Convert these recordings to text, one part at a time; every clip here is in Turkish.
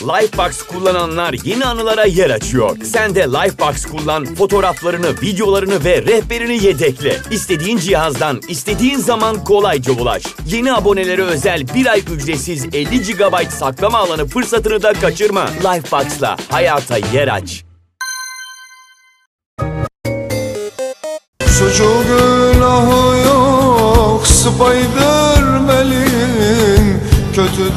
Lifebox kullananlar yeni anılara yer açıyor. Sen de Lifebox kullan, fotoğraflarını, videolarını ve rehberini yedekle. İstediğin cihazdan, istediğin zaman kolayca ulaş. Yeni abonelere özel 1 ay ücretsiz 50 GB saklama alanı fırsatını da kaçırma. Lifebox'la hayata yer aç. Suçu günahı yok Spiderman'in, kötü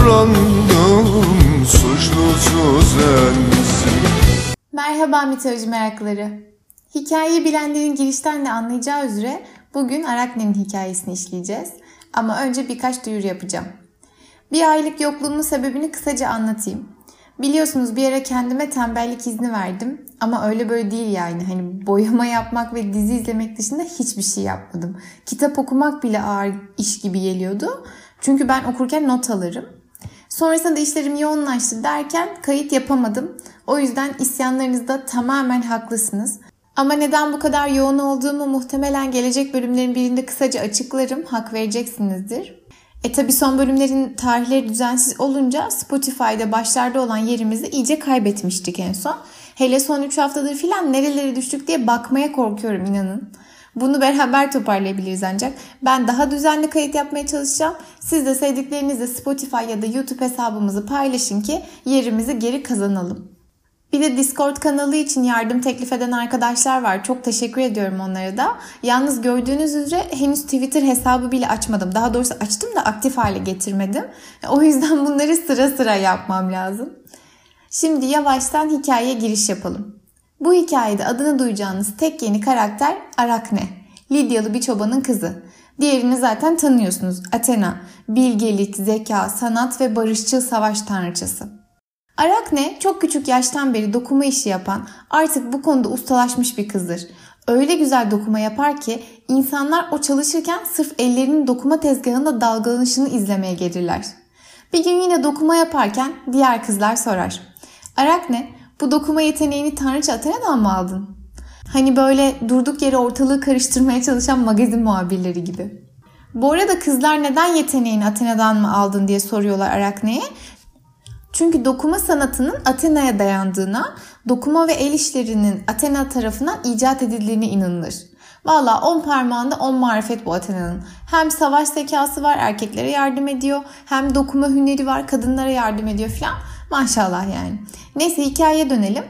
davrandım, suçlusu sensin. Merhaba mitoloji meraklıları. Hikayeyi bilenlerin girişten de anlayacağı üzere bugün Arakne'nin hikayesini işleyeceğiz. Ama önce birkaç duyuru yapacağım. Bir aylık yokluğumun sebebini kısaca anlatayım. Biliyorsunuz bir ara kendime tembellik izni verdim. Ama öyle böyle değil yani. Hani boyama yapmak ve dizi izlemek dışında hiçbir şey yapmadım. Kitap okumak bile ağır iş gibi geliyordu. Çünkü ben okurken not alırım. Sonrasında işlerim yoğunlaştı derken kayıt yapamadım. O yüzden isyanlarınızda tamamen haklısınız. Ama neden bu kadar yoğun olduğumu muhtemelen gelecek bölümlerin birinde kısaca açıklarım. Hak vereceksinizdir. Tabi son bölümlerin tarihleri düzensiz olunca Spotify'da başlarda olan yerimizi iyice kaybetmiştik en son. Hele son 3 haftadır filan nerelere düştük diye bakmaya korkuyorum, inanın. Bunu beraber toparlayabiliriz ancak. Ben daha düzenli kayıt yapmaya çalışacağım. Siz de sevdiklerinizle Spotify ya da YouTube hesabımızı paylaşın ki yerimizi geri kazanalım. Bir de Discord kanalı için yardım teklif eden arkadaşlar var. Çok teşekkür ediyorum onlara da. Yalnız gördüğünüz üzere henüz Twitter hesabı bile açmadım. Daha doğrusu açtım da aktif hale getirmedim. O yüzden bunları sıra sıra yapmam lazım. Şimdi yavaştan hikayeye giriş yapalım. Bu hikayede adını duyacağınız tek yeni karakter Arakne. Lidyalı bir çobanın kızı. Diğerini zaten tanıyorsunuz. Athena, bilgelik, zeka, sanat ve barışçıl savaş tanrıçası. Arakne çok küçük yaştan beri dokuma işi yapan, artık bu konuda ustalaşmış bir kızdır. Öyle güzel dokuma yapar ki insanlar o çalışırken sırf ellerinin dokuma tezgahında dalgalanışını izlemeye gelirler. Bir gün yine dokuma yaparken diğer kızlar sorar. Arakne, bu dokuma yeteneğini tanrıça Athena'dan mı aldın? Hani böyle durduk yere ortalığı karıştırmaya çalışan magazin muhabirleri gibi. Bu arada kızlar neden yeteneğini Athena'dan mı aldın diye soruyorlar Arakne'ye. Çünkü dokuma sanatının Athena'ya dayandığına, dokuma ve el işlerinin Athena tarafından icat edildiğine inanılır. Valla 10 parmağında 10 marifet bu Athena'nın. Hem savaş zekası var, erkeklere yardım ediyor, hem dokuma hüneri var, kadınlara yardım ediyor filan. Maşallah yani. Neyse hikayeye dönelim.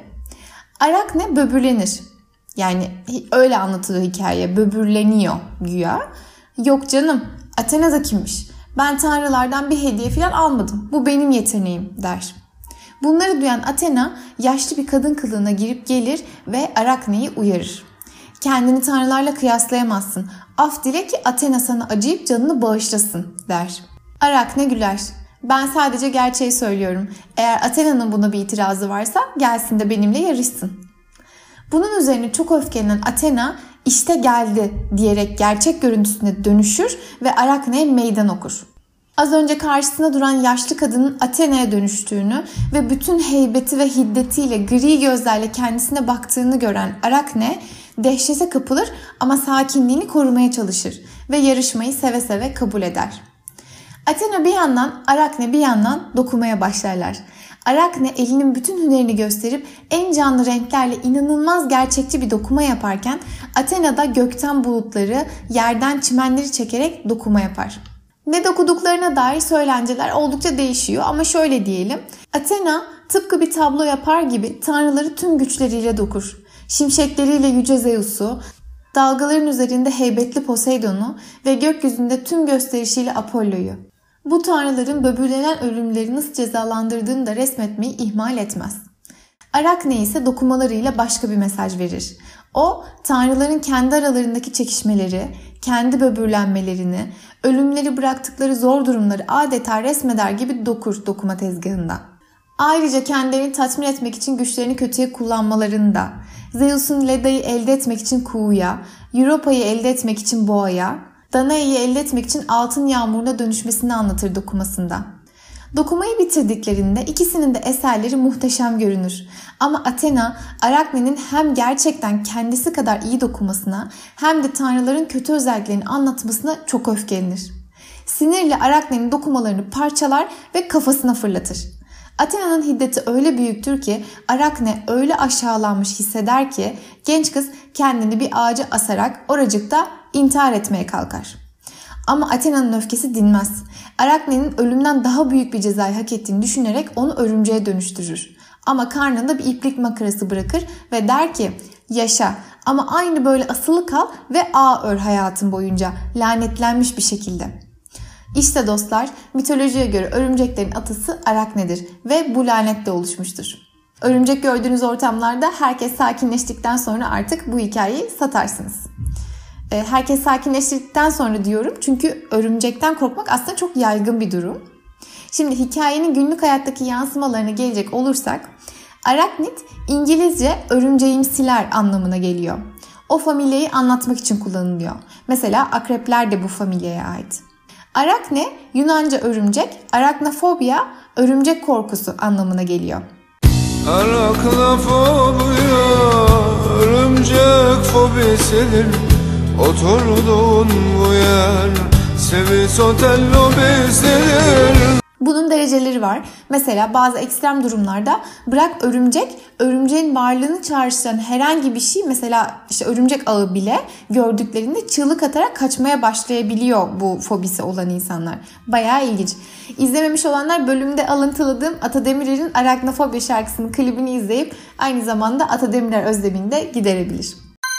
Arakne böbürlenir. Yani öyle anlatılıyor hikaye. Böbürleniyor güya. Yok canım, Athena da kimmiş? Ben tanrılardan bir hediye falan almadım. Bu benim yeteneğim der. Bunları duyan Athena yaşlı bir kadın kılığına girip gelir ve Arakne'yi uyarır. Kendini tanrılarla kıyaslayamazsın. Af dile ki Athena sana acıyıp canını bağışlasın der. Arakne güler. Ben sadece gerçeği söylüyorum. Eğer Athena'nın buna bir itirazı varsa gelsin de benimle yarışsın. Bunun üzerine çok öfkelenen Athena işte geldi diyerek gerçek görüntüsüne dönüşür ve Arakne'ye meydan okur. Az önce karşısında duran yaşlı kadının Athena'ya dönüştüğünü ve bütün heybeti ve hiddetiyle gri gözlerle kendisine baktığını gören Arakne dehşete kapılır ama sakinliğini korumaya çalışır ve yarışmayı seve seve kabul eder. Athena bir yandan, Arakne bir yandan dokumaya başlarlar. Arakne elinin bütün hünerini gösterip en canlı renklerle inanılmaz gerçekçi bir dokuma yaparken Athena da gökten bulutları, yerden çimenleri çekerek dokuma yapar. Ne dokuduklarına dair söylentiler oldukça değişiyor ama şöyle diyelim. Athena tıpkı bir tablo yapar gibi tanrıları tüm güçleriyle dokur. Şimşekleriyle yüce Zeus'u, dalgaların üzerinde heybetli Poseidon'u ve gökyüzünde tüm gösterişiyle Apollo'yu. Bu tanrıların böbürlenen ölümleri nasıl cezalandırdığını da resmetmeyi ihmal etmez. Arakne ise dokumalarıyla başka bir mesaj verir. O, tanrıların kendi aralarındaki çekişmeleri, kendi böbürlenmelerini, ölümleri bıraktıkları zor durumları adeta resmeder gibi dokur dokuma tezgahında. Ayrıca kendilerini tatmin etmek için güçlerini kötüye kullanmalarını da, Zeus'un Leda'yı elde etmek için kuğuya, Europa'yı elde etmek için boğaya, Danae'yi elde etmek için altın yağmuruna dönüşmesini anlatır dokumasında. Dokumayı bitirdiklerinde ikisinin de eserleri muhteşem görünür. Ama Athena, Arakne'nin hem gerçekten kendisi kadar iyi dokumasına hem de tanrıların kötü özelliklerini anlatmasına çok öfkelenir. Sinirle Arakne'nin dokumalarını parçalar ve kafasına fırlatır. Athena'nın hiddeti öyle büyüktür ki Arakne öyle aşağılanmış hisseder ki genç kız kendini bir ağaca asarak oracıkta intihar etmeye kalkar. Ama Athena'nın öfkesi dinmez. Arakne'nin ölümden daha büyük bir cezayı hak ettiğini düşünerek onu örümceğe dönüştürür. Ama karnında bir iplik makarası bırakır ve der ki yaşa ama aynı böyle asılı kal ve ağ ör hayatın boyunca lanetlenmiş bir şekilde. İşte dostlar, mitolojiye göre örümceklerin atası Arakne'dir ve bu lanetle oluşmuştur. Örümcek gördüğünüz ortamlarda herkes sakinleştikten sonra artık bu hikayeyi satarsınız. Herkes sakinleştikten sonra diyorum çünkü örümcekten korkmak aslında çok yaygın bir durum. Şimdi hikayenin günlük hayattaki yansımalarına gelecek olursak, Araknid İngilizce örümceğimsiler anlamına geliyor. O familyayı anlatmak için kullanılıyor. Mesela akrepler de bu familyaya ait. Arakne Yunanca örümcek, araknofobia örümcek korkusu anlamına geliyor. Araknofobia örümcek fobisidir. Oturduğun bu yer Sevis Otel lobisidir. Bunun dereceleri var. Mesela bazı ekstrem durumlarda bırak örümceğin varlığını çağrıştıran herhangi bir şey, mesela işte örümcek ağı bile gördüklerinde çığlık atarak kaçmaya başlayabiliyor bu fobisi olan insanlar. Bayağı ilginç. İzlememiş olanlar bölümde alıntıladığım Ata Demirer'in Araknofobia şarkısının klibini izleyip aynı zamanda Ata Demirer özlemini de giderebilir.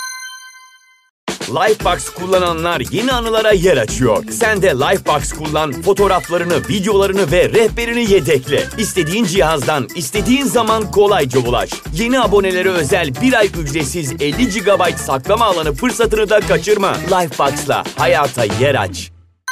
Lifebox kullananlar yeni anılara yer açıyor. Sen de Lifebox kullan, fotoğraflarını, videolarını ve rehberini yedekle. İstediğin cihazdan, istediğin zaman kolayca ulaş. Yeni abonelere özel 1 ay ücretsiz 50 GB saklama alanı fırsatını da kaçırma. Lifebox'la hayata yer aç.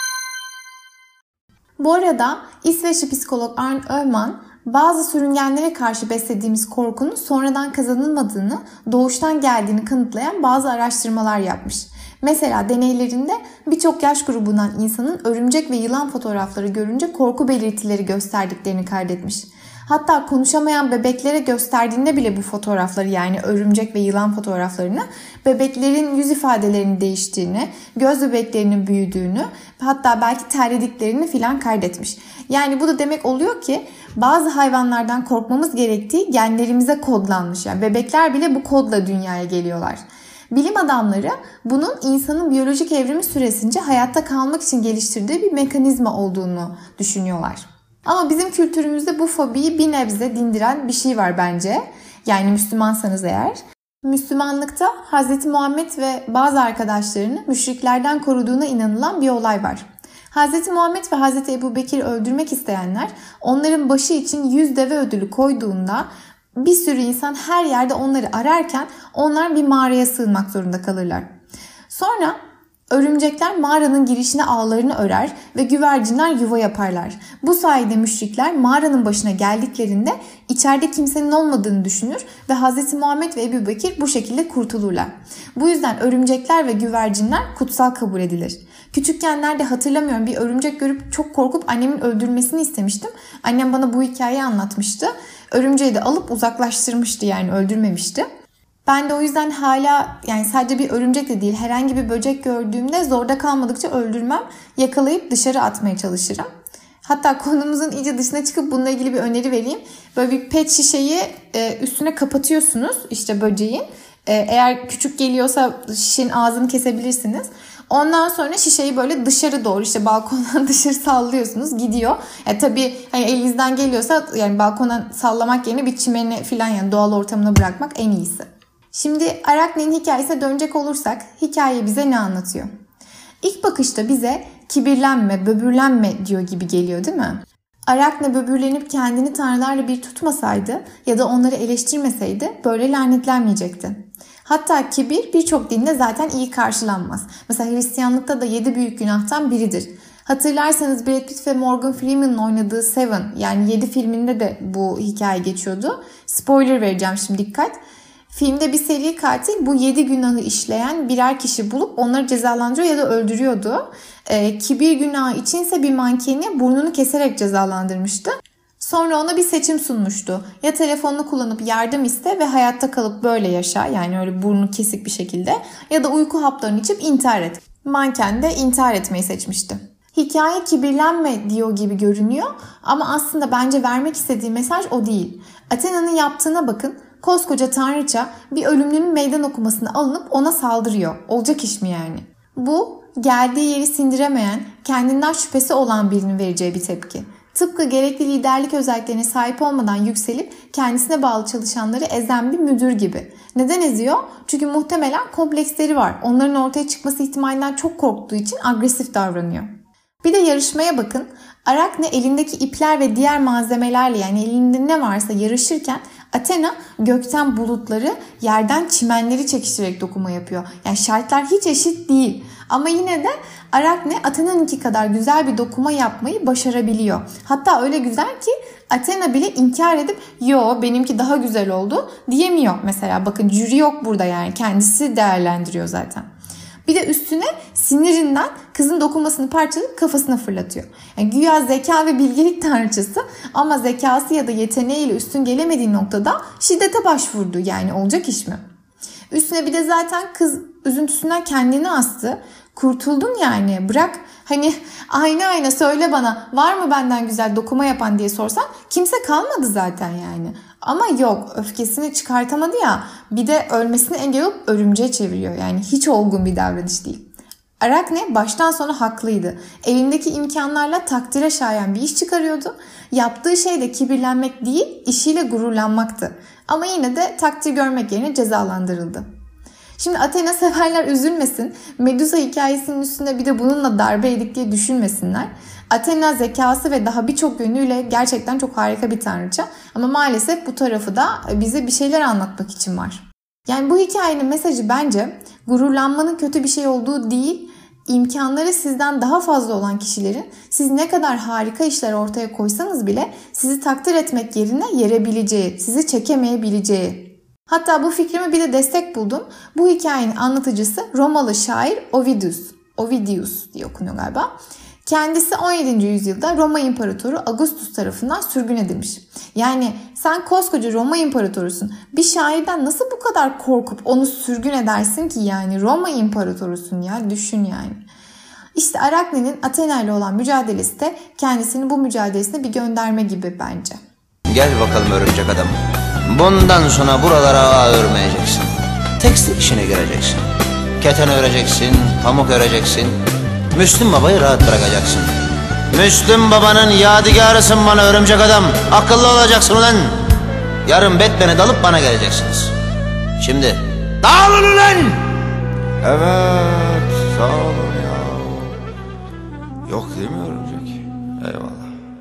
Bu arada İsveçli psikolog Arne Öhman, bazı sürüngenlere karşı beslediğimiz korkunun sonradan kazanılmadığını, doğuştan geldiğini kanıtlayan bazı araştırmalar yapmış. Mesela deneylerinde birçok yaş grubundan insanın örümcek ve yılan fotoğrafları görünce korku belirtileri gösterdiklerini kaydetmiş. Hatta konuşamayan bebeklere gösterdiğinde bile bu fotoğrafları, yani örümcek ve yılan fotoğraflarını, bebeklerin yüz ifadelerinin değiştiğini, göz bebeklerinin büyüdüğünü ve hatta belki terlediklerini filan kaydetmiş. Yani bu da demek oluyor ki bazı hayvanlardan korkmamız gerektiği genlerimize kodlanmış. Yani bebekler bile bu kodla dünyaya geliyorlar. Bilim adamları bunun insanın biyolojik evrimi süresince hayatta kalmak için geliştirdiği bir mekanizma olduğunu düşünüyorlar. Ama bizim kültürümüzde bu fobiyi bir nebze dindiren bir şey var bence. Yani Müslümansanız eğer. Müslümanlıkta Hz. Muhammed ve bazı arkadaşlarını müşriklerden koruduğuna inanılan bir olay var. Hz. Muhammed ve Hz. Ebu Bekir'i öldürmek isteyenler onların başı için 100 deve ödülü koyduğunda bir sürü insan her yerde onları ararken onlar bir mağaraya sığınmak zorunda kalırlar. Sonra örümcekler mağaranın girişine ağlarını örer ve güvercinler yuva yaparlar. Bu sayede müşrikler mağaranın başına geldiklerinde içeride kimsenin olmadığını düşünür ve Hz. Muhammed ve Ebu Bekir bu şekilde kurtulurlar. Bu yüzden örümcekler ve güvercinler kutsal kabul edilir. Küçükken nerede hatırlamıyorum, bir örümcek görüp çok korkup annemin öldürmesini istemiştim. Annem bana bu hikayeyi anlatmıştı. Örümceği de alıp uzaklaştırmıştı, yani öldürmemişti. Ben de o yüzden hala, yani sadece bir örümcek de değil, herhangi bir böcek gördüğümde zorda kalmadıkça öldürmem, yakalayıp dışarı atmaya çalışırım. Hatta konumuzun iyice dışına çıkıp bununla ilgili bir öneri vereyim. Böyle bir pet şişeyi üstüne kapatıyorsunuz işte böceğin. Eğer küçük geliyorsa şişenin ağzını kesebilirsiniz. Ondan sonra şişeyi böyle dışarı doğru, işte balkondan dışarı sallıyorsunuz, gidiyor. Tabii hani elinizden geliyorsa yani balkondan sallamak yerine bir çimene falan, yani doğal ortamına bırakmak en iyisi. Şimdi Arakne'nin hikayesine dönecek olursak hikaye bize ne anlatıyor? İlk bakışta bize kibirlenme, böbürlenme diyor gibi geliyor, değil mi? Arakne böbürlenip kendini tanrılarla bir tutmasaydı ya da onları eleştirmeseydi böyle lanetlenmeyecekti. Hatta kibir birçok dinde zaten iyi karşılanmaz. Mesela Hristiyanlıkta da 7 büyük günahtan biridir. Hatırlarsanız Brad Pitt ve Morgan Freeman'ın oynadığı Seven, yani 7 filminde de bu hikaye geçiyordu. Spoiler vereceğim şimdi, dikkat. Filmde bir seri katil bu 7 günahı işleyen birer kişi bulup onları cezalandırıyor ya da öldürüyordu. Kibir günahı içinse bir mankeni burnunu keserek cezalandırmıştı. Sonra ona bir seçim sunmuştu. Ya telefonunu kullanıp yardım iste ve hayatta kalıp böyle yaşa, yani öyle burnu kesik bir şekilde, ya da uyku haplarını içip intihar et. Manken de intihar etmeyi seçmişti. Hikaye kibirlenme diyor gibi görünüyor ama aslında bence vermek istediği mesaj o değil. Athena'nın yaptığına bakın. Koskoca tanrıça bir ölümlünün meydan okumasına alınıp ona saldırıyor. Olacak iş mi yani? Bu geldiği yeri sindiremeyen, kendinden şüphesi olan birinin vereceği bir tepki. Tıpkı gerekli liderlik özelliklerine sahip olmadan yükselip kendisine bağlı çalışanları ezen bir müdür gibi. Neden eziyor? Çünkü muhtemelen kompleksleri var. Onların ortaya çıkması ihtimalinden çok korktuğu için agresif davranıyor. Bir de yarışmaya bakın. Arakne elindeki ipler ve diğer malzemelerle, yani elinde ne varsa yarışırken Athena gökten bulutları, yerden çimenleri çekiştirerek dokuma yapıyor. Yani şartlar hiç eşit değil. Ama yine de Arakne Athena'nınki kadar güzel bir dokuma yapmayı başarabiliyor. Hatta öyle güzel ki Athena bile inkar edip yo benimki daha güzel oldu diyemiyor mesela. Bakın jüri yok burada, yani kendisi değerlendiriyor zaten. Bir de üstüne sinirinden kızın dokunmasını parçalayıp kafasına fırlatıyor. Yani güya zeka ve bilgelik tanrıçası ama zekası ya da yeteneğiyle üstün gelemediği noktada şiddete başvurdu. Yani olacak iş mi? Üstüne bir de zaten kız üzüntüsünden kendini astı. Kurtuldun yani, bırak hani ayna söyle bana var mı benden güzel dokuma yapan diye sorsan kimse kalmadı zaten yani. Ama yok, öfkesini çıkartamadı ya, bir de ölmesini engel olup örümceğe çeviriyor. Yani hiç olgun bir davranış değil. Arakne baştan sona haklıydı. Elindeki imkanlarla takdire şayan bir iş çıkarıyordu. Yaptığı şey de kibirlenmek değil, işiyle gururlanmaktı. Ama yine de takdir görmek yerine cezalandırıldı. Şimdi Athena severler üzülmesin. Medusa hikayesinin üstüne bir de bununla darbe yedik diye düşünmesinler. Athena zekası ve daha birçok yönüyle gerçekten çok harika bir tanrıça. Ama maalesef bu tarafı da bize bir şeyler anlatmak için var. Yani bu hikayenin mesajı bence gururlanmanın kötü bir şey olduğu değil, imkanları sizden daha fazla olan kişilerin siz ne kadar harika işler ortaya koysanız bile sizi takdir etmek yerine yerebileceği, sizi çekemeyebileceği. Hatta bu fikrime bir de destek buldum. Bu hikayenin anlatıcısı Romalı şair Ovidius diye okunuyor galiba. Kendisi 17. yüzyılda Roma İmparatoru Augustus tarafından sürgün edilmiş. Yani sen koskoca Roma İmparatorusun. Bir şairden nasıl bu kadar korkup onu sürgün edersin ki yani? Roma İmparatorusun ya, düşün yani. İşte Arakne'nin Athena ile olan mücadelesi de kendisinin bu mücadelesine bir gönderme gibi bence. Gel bakalım örümcek adam. Bundan sonra buralara ağ örmeyeceksin. Tekstil işine gireceksin. Keten öreceksin, pamuk öreceksin. Müslüm Baba'yı rahat bırakacaksın. Müslüm Baba'nın yadigarısın bana örümcek adam. Akıllı olacaksın ulan. Yarın Batman'e dalıp bana geleceksiniz. Şimdi dağılın ulan. Evet, sağ olun ya. Yok değil mi örümcek? Eyvallah.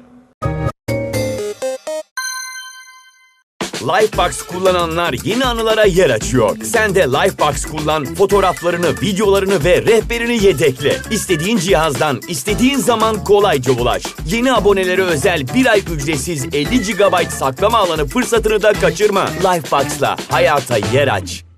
Lifebox kullananlar yeni anılara yer açıyor. Sen de Lifebox kullan, fotoğraflarını, videolarını ve rehberini yedekle. İstediğin cihazdan, istediğin zaman kolayca ulaş. Yeni abonelere özel 1 ay ücretsiz 50 GB saklama alanı fırsatını da kaçırma. Lifebox'la hayata yer aç.